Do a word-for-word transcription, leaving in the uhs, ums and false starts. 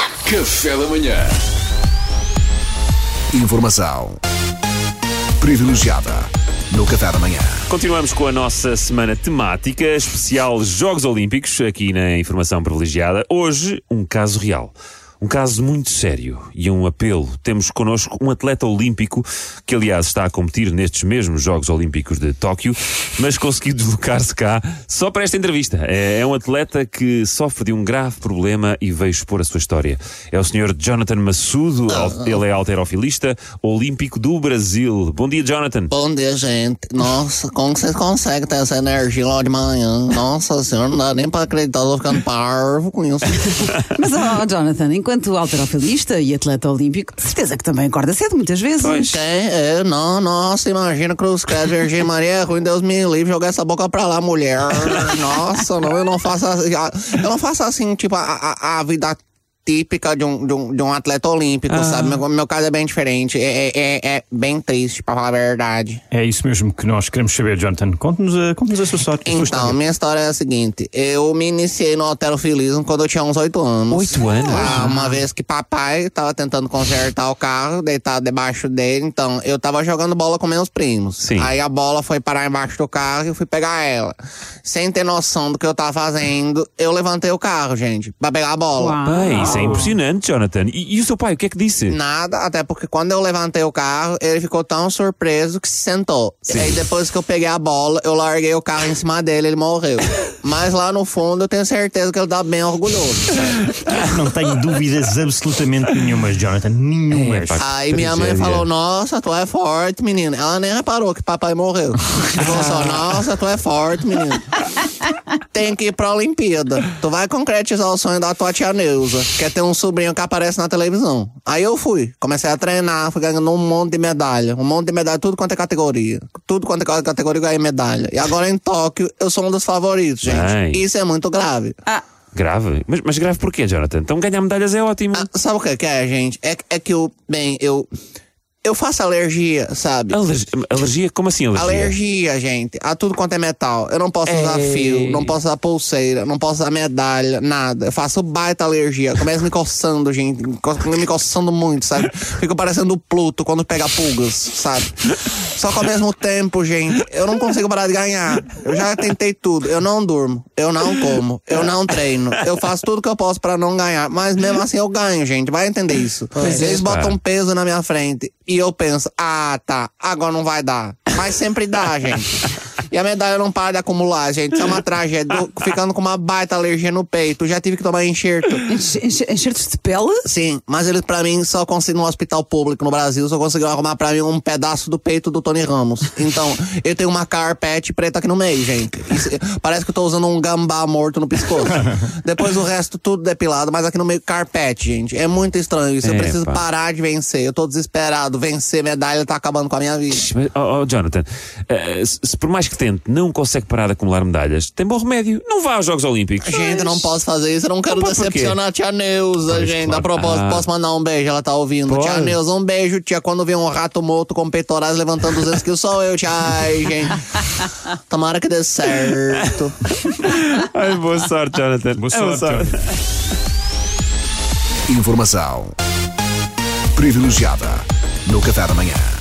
Café da manhã. Informação privilegiada no Café da manhã. Continuamos com a nossa semana temática especial Jogos Olímpicos, aqui na Informação Privilegiada. Hoje, um caso real. Um caso muito sério e um apelo. Temos connosco um atleta olímpico que, aliás, está a competir nestes mesmos Jogos Olímpicos de Tóquio, mas conseguiu deslocar-se cá só para esta entrevista. É, é um atleta que sofre de um grave problema e veio expor a sua história. É o senhor Jonathan Massudo. Ele é halterofilista olímpico do Brasil. Bom dia, Jonathan. Bom dia, gente. Nossa, como que vocês conseguem ter essa energia lá de manhã? Nossa senhora, não dá nem para acreditar, eu tô ficando parvo com isso. Mas, ó, Jonathan, enquanto Enquanto halterofilista e atleta olímpico, de certeza que também acorda cedo muitas vezes. Pois é, é, não, nossa, imagina Cruz Credo, Virgem Maria, é ruim, Deus me livre, jogar essa boca pra lá, mulher. Nossa, não, eu não faço assim, eu não faço assim, tipo, a, a, a vida típica de um, de um, de um atleta olímpico, ah. sabe? Meu, meu caso é bem diferente, é, é, é bem triste, pra falar a verdade. É isso mesmo que nós queremos saber, Jonathan. Conte-nos a, conte-nos a sua sorte. Então, a sua história. Minha história é a seguinte, eu me iniciei no halterofilismo quando eu tinha uns oito anos. Oito anos? Ah, uma vez que papai tava tentando consertar o carro, deitado debaixo dele, então eu tava jogando bola com meus primos. Sim. Aí a bola foi parar embaixo do carro e eu fui pegar ela. Sem ter noção do que eu tava fazendo, eu levantei o carro, gente, pra pegar a bola. Uau. Pai, isso é impressionante, Jonathan. E, e o seu pai, o que é que disse? Nada, até porque quando eu levantei o carro, ele ficou tão surpreso que se sentou. Sim. E aí depois que eu peguei a bola, eu larguei o carro em cima dele, ele morreu. Mas lá no fundo eu tenho certeza que ele tá bem orgulhoso. Não tenho dúvidas absolutamente nenhumas, Jonathan. Nenhumas. É, pá. Aí minha mãe falou, nossa, tu é forte, menino. Ela nem reparou que papai morreu. Ela falou só, nossa, tu é forte, menino. Tem que ir pra Olimpíada. Tu vai concretizar o sonho da tua tia Neuza, que é ter um sobrinho que aparece na televisão. Aí eu fui, comecei a treinar, fui ganhando um monte de medalha. Um monte de medalha, tudo quanto é categoria. Tudo quanto é categoria eu ganhei medalha. E agora em Tóquio, eu sou um dos favoritos, gente. Ai. Isso é muito grave. Ah, Grave? Mas, mas grave porquê, Jonathan? Então ganhar medalhas é ótimo. Ah, sabe o que que é, gente? É, é que eu, bem, eu... Eu faço alergia, sabe? Alergia? Alergia? Como assim alergia? Alergia, gente, a tudo quanto é metal. Eu não posso usar Ei. fio, não posso usar pulseira, não posso usar medalha, nada. Eu faço baita alergia. Começo me coçando, gente. Me coçando muito, sabe? Fico parecendo o Pluto quando pega pulgas, sabe? Só que ao mesmo tempo, gente, eu não consigo parar de ganhar. Eu já tentei tudo. Eu não durmo, eu não como, eu não treino. Eu faço tudo que eu posso pra não ganhar. Mas mesmo assim eu ganho, gente. Vai entender isso. Pois Eles é, botam pá. um peso na minha frente. E eu penso, ah, tá, agora não vai dar. Mas sempre dá, gente. E a medalha não para de acumular, gente. Isso é uma tragédia. Eu ficando com uma baita alergia no peito. Já tive que tomar enxerto. enx- enx- enxertos de pele? Sim, mas eles pra mim só conseguem no hospital público no Brasil. Só conseguiram arrumar pra mim um pedaço do peito do Tony Ramos. Então, eu tenho uma carpete preta aqui no meio, gente. Isso, parece que eu tô usando um gambá morto no pescoço. Depois o resto tudo depilado, mas aqui no meio carpete, gente. É muito estranho isso. Eu É, preciso pá. parar de vencer. Eu tô desesperado. Vencer medalha tá acabando com a minha vida. Mas, oh, oh, Jonathan, eh, se, se por mais que tente não consegue parar de acumular medalhas, tem bom remédio. Não vá aos Jogos Olímpicos. Gente, eu não posso fazer isso, eu não quero Não pode por quê? decepcionar a tia Neuza, Pois, gente. claro. A propósito, Ah. posso mandar um beijo? Ela tá ouvindo. Pode. Tia Neuza, um beijo, tia. Quando vê um rato morto com peitorais levantando duzentos quilos, sou eu, tia. Ai, gente. Tomara que dê certo. Ai, boa sorte, Jonathan. Boa É, sorte, Jonathan. Informação privilegiada no Café da manhã.